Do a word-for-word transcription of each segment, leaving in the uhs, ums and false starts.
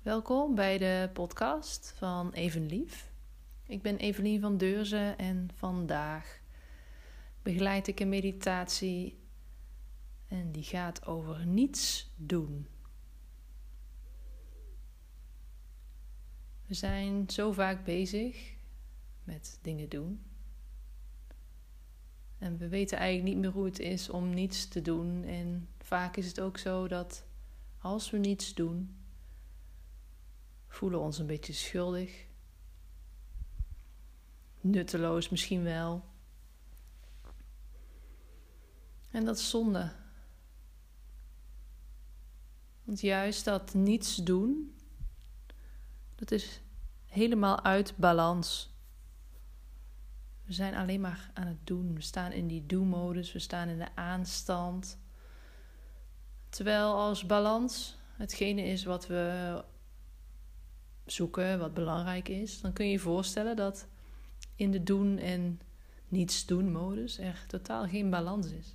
Welkom bij de podcast van Evenlief. Ik ben Evelien van Deurzen en vandaag begeleid ik een meditatie en die gaat over niets doen. We zijn zo vaak bezig met dingen doen en we weten eigenlijk niet meer hoe het is om niets te doen. En vaak is het ook zo dat als we niets doen, voelen we ons een beetje schuldig. Nutteloos misschien wel. En dat is zonde. Want juist dat niets doen, dat is helemaal uit balans. We zijn alleen maar aan het doen. We staan in die do-modus, we staan in de aanstand. Terwijl als balans hetgene is wat we zoeken, wat belangrijk is, dan kun je je voorstellen dat in de doen en niets doen modus er totaal geen balans is.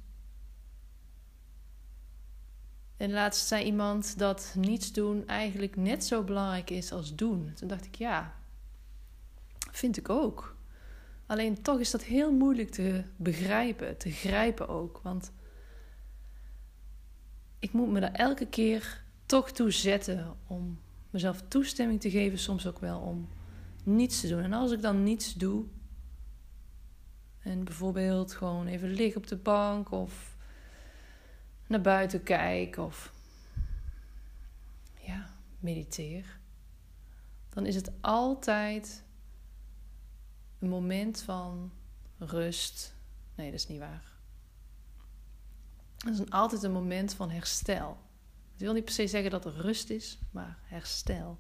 En laatst zei iemand dat niets doen eigenlijk net zo belangrijk is als doen. Toen dacht ik, ja, vind ik ook. Alleen toch is dat heel moeilijk te begrijpen, te grijpen ook. Want ik moet me daar elke keer toch toe zetten om mezelf toestemming te geven, soms ook wel om niets te doen. En als ik dan niets doe, en bijvoorbeeld gewoon even liggen op de bank of naar buiten kijk of ja, mediteer, dan is het altijd een moment van rust. Nee, dat is niet waar. Het is een, altijd een moment van herstel. Het wil niet per se zeggen dat er rust is, maar herstel.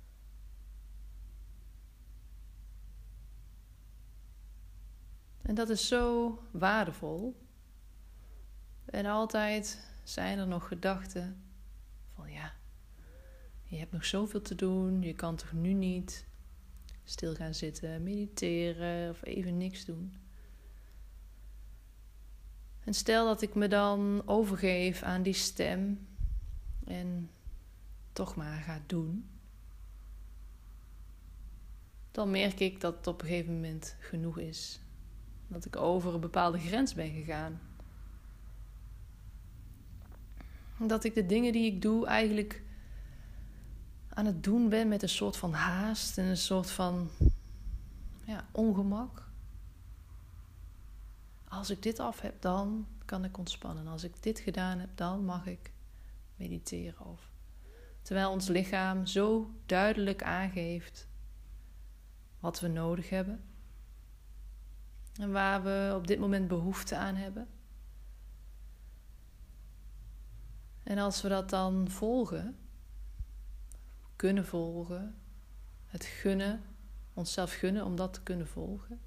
En dat is zo waardevol. En altijd zijn er nog gedachten van ja, je hebt nog zoveel te doen, je kan toch nu niet stil gaan zitten, mediteren of even niks doen. En stel dat ik me dan overgeef aan die stem en toch maar ga doen, dan merk ik dat het op een gegeven moment genoeg is. Dat ik over een bepaalde grens ben gegaan. Dat ik de dingen die ik doe eigenlijk aan het doen ben met een soort van haast en een soort van ja, ongemak. Als ik dit af heb, dan kan ik ontspannen. Als ik dit gedaan heb, dan mag ik mediteren. Of, terwijl ons lichaam zo duidelijk aangeeft wat we nodig hebben. En waar we op dit moment behoefte aan hebben. En als we dat dan volgen, kunnen volgen, het gunnen, onszelf gunnen om dat te kunnen volgen,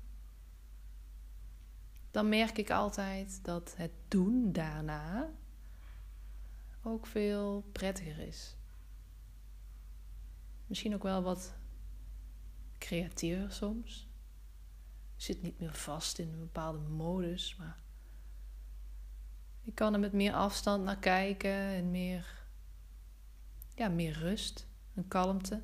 dan merk ik altijd dat het doen daarna ook veel prettiger is. Misschien ook wel wat creatiever soms. Ik zit niet meer vast in een bepaalde modus, maar ik kan er met meer afstand naar kijken en meer, ja, meer rust en kalmte.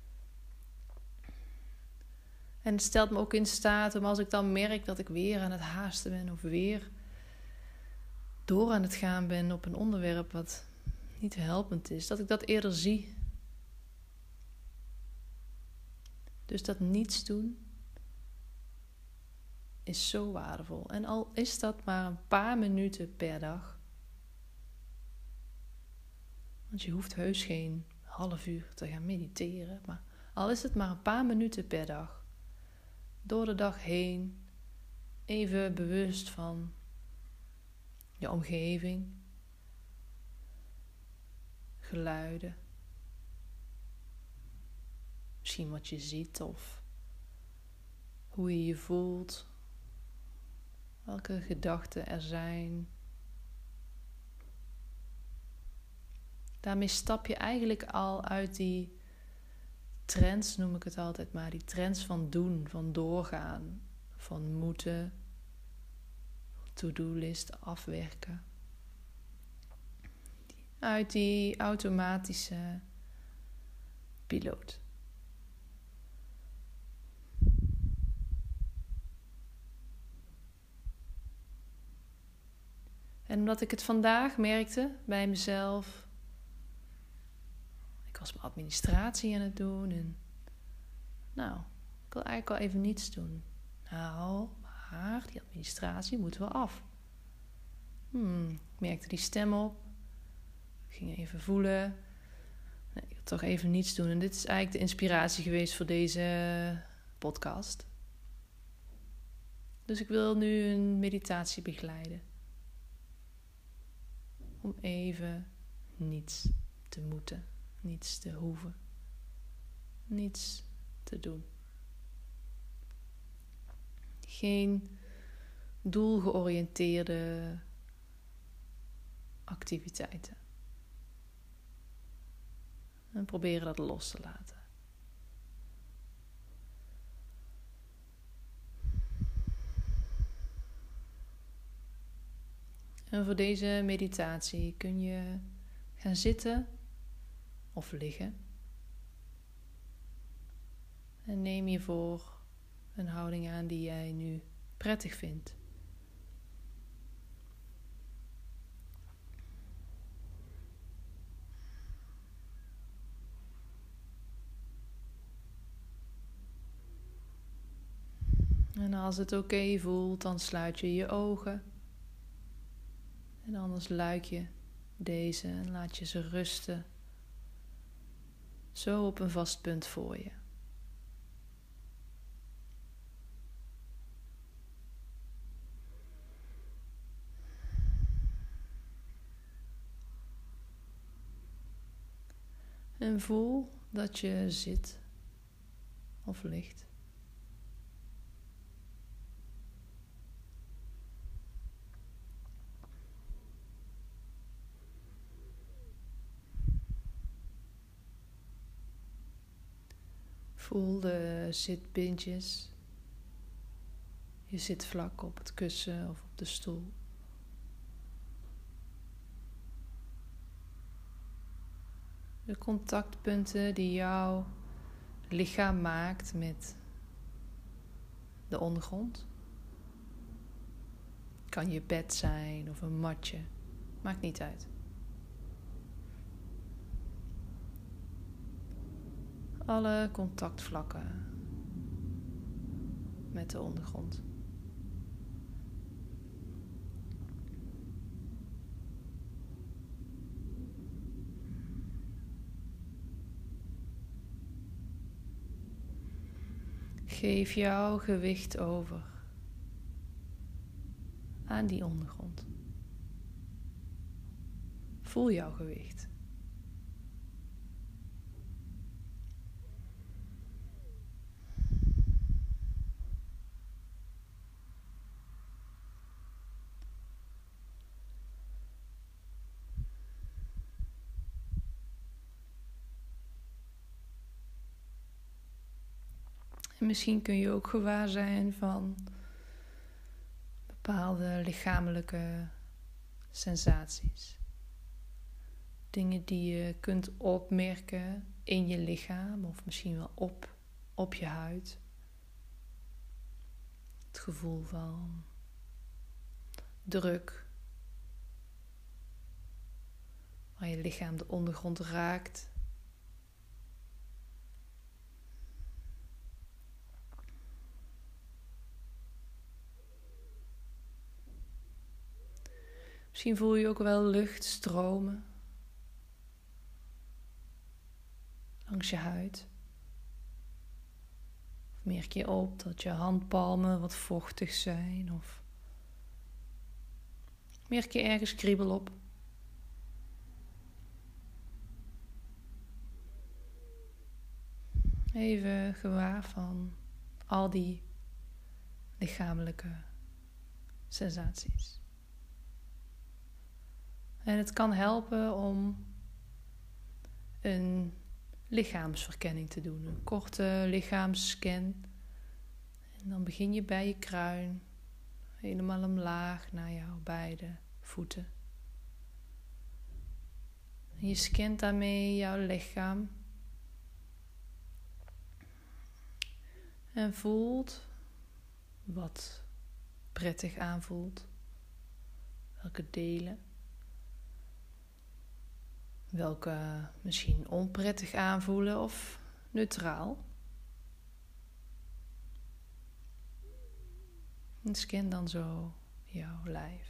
En het stelt me ook in staat om, als ik dan merk dat ik weer aan het haasten ben of weer door aan het gaan ben op een onderwerp wat niet helpend is, dat ik dat eerder zie. Dus dat niets doen is zo waardevol. En al is dat maar een paar minuten per dag. Want je hoeft heus geen half uur te gaan mediteren. Maar al is het maar een paar minuten per dag. Door de dag heen. Even bewust van je omgeving. Geluiden. Misschien wat je ziet of hoe je je voelt. Welke gedachten er zijn. Daarmee stap je eigenlijk al uit die trends, noem ik het altijd maar. Die trends van doen, van doorgaan, van moeten, to-do-list afwerken. Uit die automatische piloot. En omdat ik het vandaag merkte bij mezelf, ik was mijn administratie aan het doen en nou, ik wil eigenlijk wel even niets doen. Nou, maar die administratie moet wel af. Hmm, ik merkte die stem op. Ik ging even voelen. Nee, ik wil toch even niets doen. En dit is eigenlijk de inspiratie geweest voor deze podcast. Dus ik wil nu een meditatie begeleiden. Om even niets te moeten. Niets te hoeven. Niets te doen. Geen doelgeoriënteerde activiteiten. En proberen dat los te laten. En voor deze meditatie kun je gaan zitten of liggen. En neem je voor een houding aan die jij nu prettig vindt. En als het oké voelt, dan sluit je je ogen. En anders luik je deze en laat je ze rusten. Zo op een vast punt voor je. En voel dat je zit of ligt. Voel de zitbeentjes. Je zit vlak op het kussen of op de stoel. De contactpunten die jouw lichaam maakt met de ondergrond. Kan je bed zijn of een matje. Maakt niet uit. Alle contactvlakken met de ondergrond. Geef jouw gewicht over aan die ondergrond. Voel jouw gewicht. En misschien kun je ook gewaar zijn van bepaalde lichamelijke sensaties. Dingen die je kunt opmerken in je lichaam of misschien wel op, op je huid. Het gevoel van druk. Waar je lichaam de ondergrond raakt. Misschien voel je ook wel lucht stromen langs je huid. Of merk je op dat je handpalmen wat vochtig zijn. Of merk je ergens kriebel op. Even gewaar van al die lichamelijke sensaties. En het kan helpen om een lichaamsverkenning te doen. Een korte lichaamsscan. En dan begin je bij je kruin. Helemaal omlaag naar jouw beide voeten. En je scant daarmee jouw lichaam. En voelt wat prettig aanvoelt. Welke delen. Welke misschien onprettig aanvoelen of neutraal. En scan dan zo jouw lijf.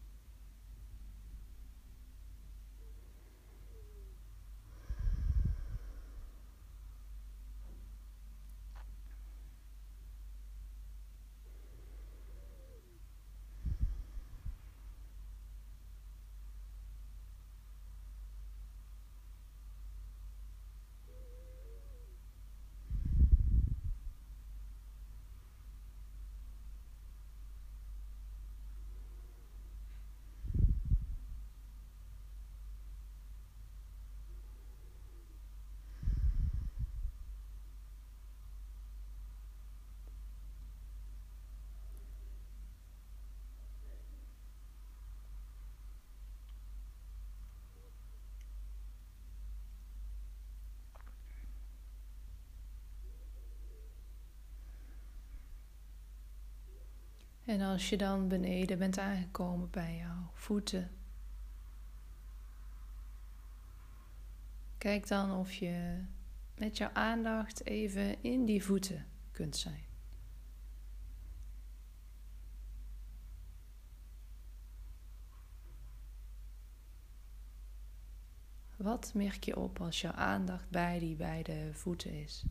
En als je dan beneden bent aangekomen bij jouw voeten, kijk dan of je met jouw aandacht even in die voeten kunt zijn. Wat merk je op als jouw aandacht bij die beide voeten is?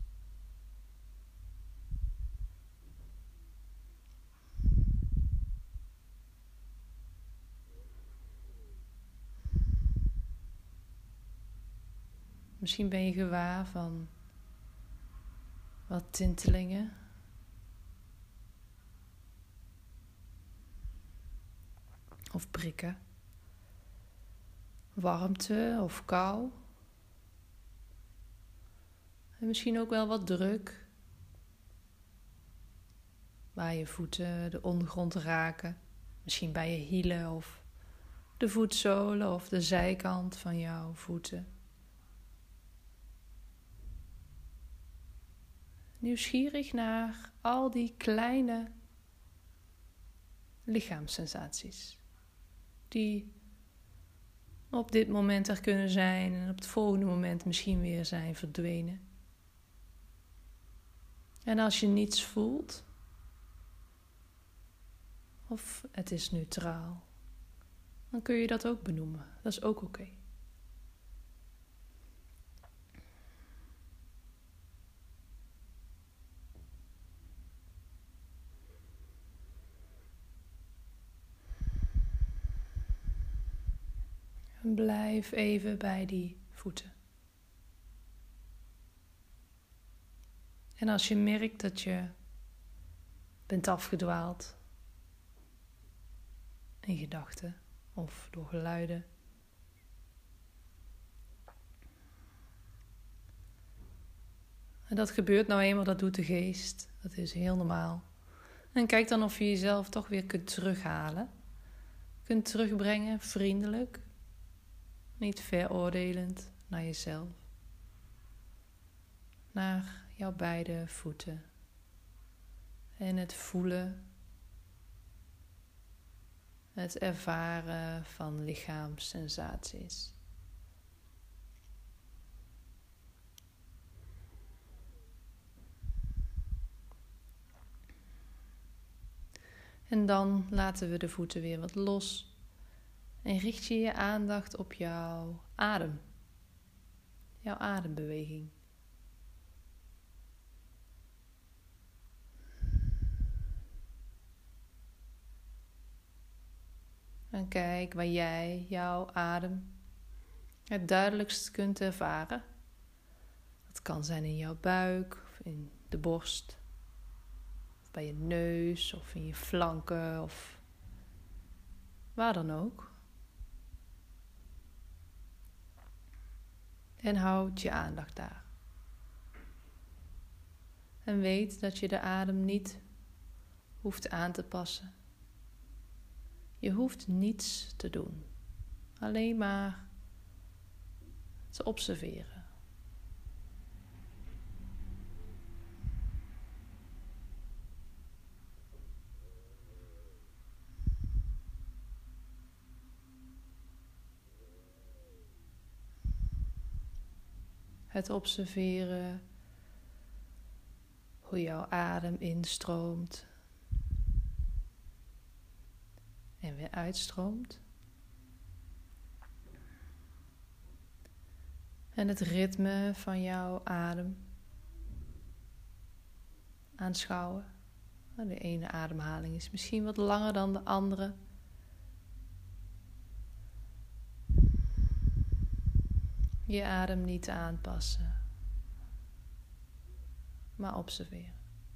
Misschien ben je gewaar van wat tintelingen. Of prikken. Warmte of kou. En misschien ook wel wat druk. Waar je voeten de ondergrond raken. Misschien bij je hielen of de voetzolen of de zijkant van jouw voeten. Nieuwsgierig naar al die kleine lichaamssensaties. Die op dit moment er kunnen zijn en op het volgende moment misschien weer zijn verdwenen. En als je niets voelt, of het is neutraal, dan kun je dat ook benoemen. Dat is ook oké. En blijf even bij die voeten. En als je merkt dat je bent afgedwaald in gedachten of door geluiden, en dat gebeurt nou eenmaal, dat doet de geest. Dat is heel normaal. En kijk dan of je jezelf toch weer kunt terughalen. Kunt terugbrengen, vriendelijk. Niet veroordelend naar jezelf. Naar jouw beide voeten. En het voelen. Het ervaren van lichaamssensaties. En dan laten we de voeten weer wat los. En richt je je aandacht op jouw adem. Jouw adembeweging. En kijk waar jij jouw adem het duidelijkst kunt ervaren. Dat kan zijn in jouw buik, of in de borst, of bij je neus, of in je flanken, of waar dan ook. En houd je aandacht daar. En weet dat je de adem niet hoeft aan te passen. Je hoeft niets te doen. Alleen maar te observeren. Het observeren hoe jouw adem instroomt en weer uitstroomt. En het ritme van jouw adem aanschouwen. De ene ademhaling is misschien wat langer dan de andere. Je adem niet aanpassen, maar observeren.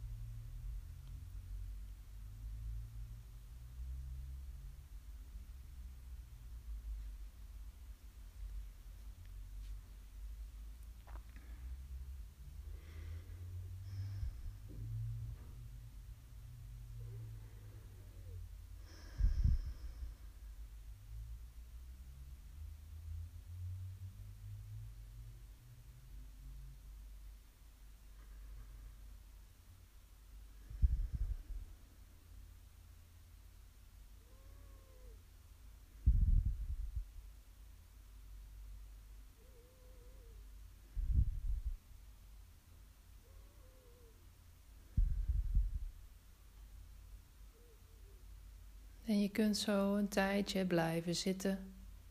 En je kunt zo een tijdje blijven zitten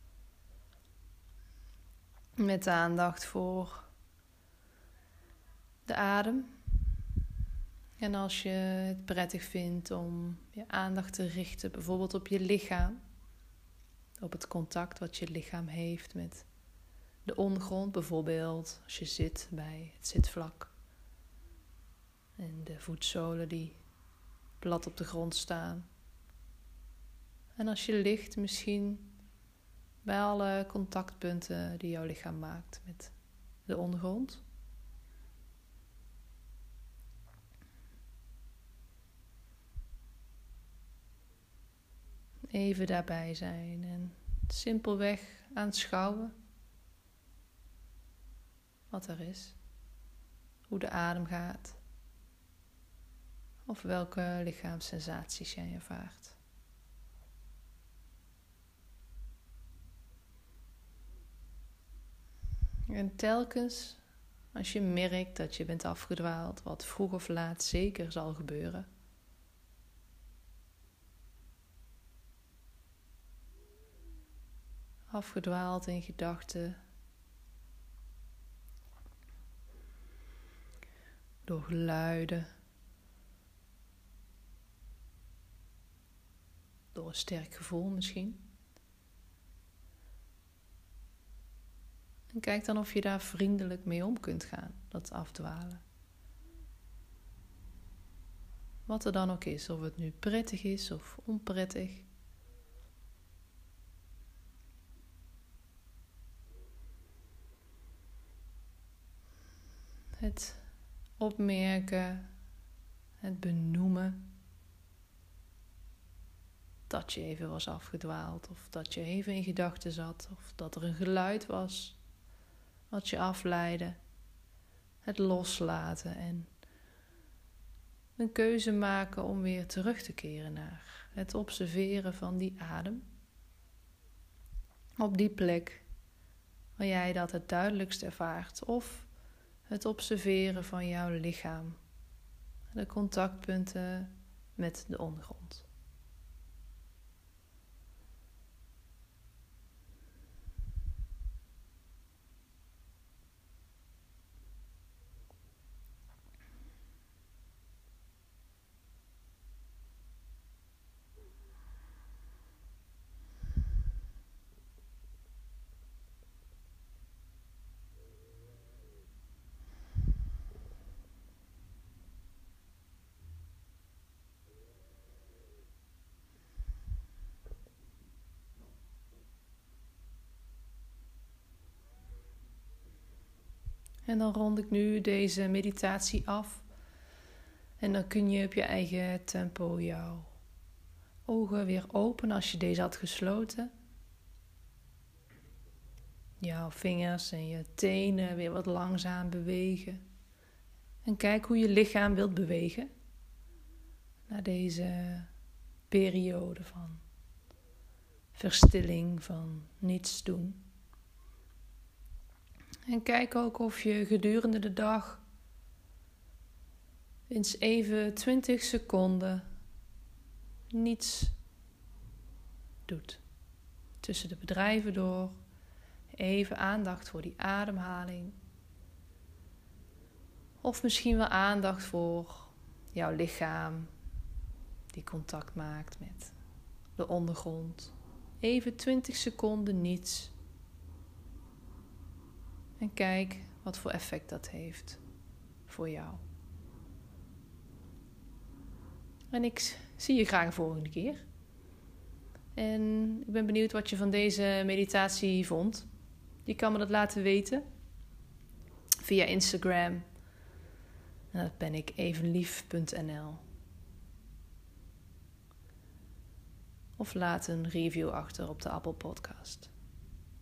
met aandacht voor de adem. En als je het prettig vindt om je aandacht te richten bijvoorbeeld op je lichaam, op het contact wat je lichaam heeft met de ondergrond, bijvoorbeeld als je zit bij het zitvlak en de voetzolen die plat op de grond staan. En als je ligt misschien bij alle contactpunten die jouw lichaam maakt met de ondergrond. Even daarbij zijn en simpelweg aanschouwen wat er is, hoe de adem gaat of welke lichaamssensaties jij ervaart. En telkens als je merkt dat je bent afgedwaald, wat vroeg of laat zeker zal gebeuren, afgedwaald in gedachten, door geluiden, door een sterk gevoel misschien. En kijk dan of je daar vriendelijk mee om kunt gaan, dat afdwalen. Wat er dan ook is, of het nu prettig is of onprettig. Het opmerken, het benoemen dat je even was afgedwaald, of dat je even in gedachten zat, of dat er een geluid was wat je afleidde. Het loslaten en een keuze maken om weer terug te keren naar het observeren van die adem. Op die plek waar jij dat het duidelijkst ervaart, of het observeren van jouw lichaam, de contactpunten met de ondergrond. En dan rond ik nu deze meditatie af. En dan kun je op je eigen tempo jouw ogen weer openen als je deze had gesloten. Jouw vingers en je tenen weer wat langzaam bewegen. En kijk hoe je lichaam wilt bewegen. Na deze periode van verstilling, van niets doen. En kijk ook of je gedurende de dag eens even twintig seconden niets doet. Tussen de bedrijven door. Even aandacht voor die ademhaling. Of misschien wel aandacht voor jouw lichaam die contact maakt met de ondergrond. Even twintig seconden niets. En kijk wat voor effect dat heeft voor jou. En ik zie je graag de volgende keer. En ik ben benieuwd wat je van deze meditatie vond. Je kan me dat laten weten via Instagram. En dat ben ik evenlief punt n l. Of laat een review achter op de Apple Podcast.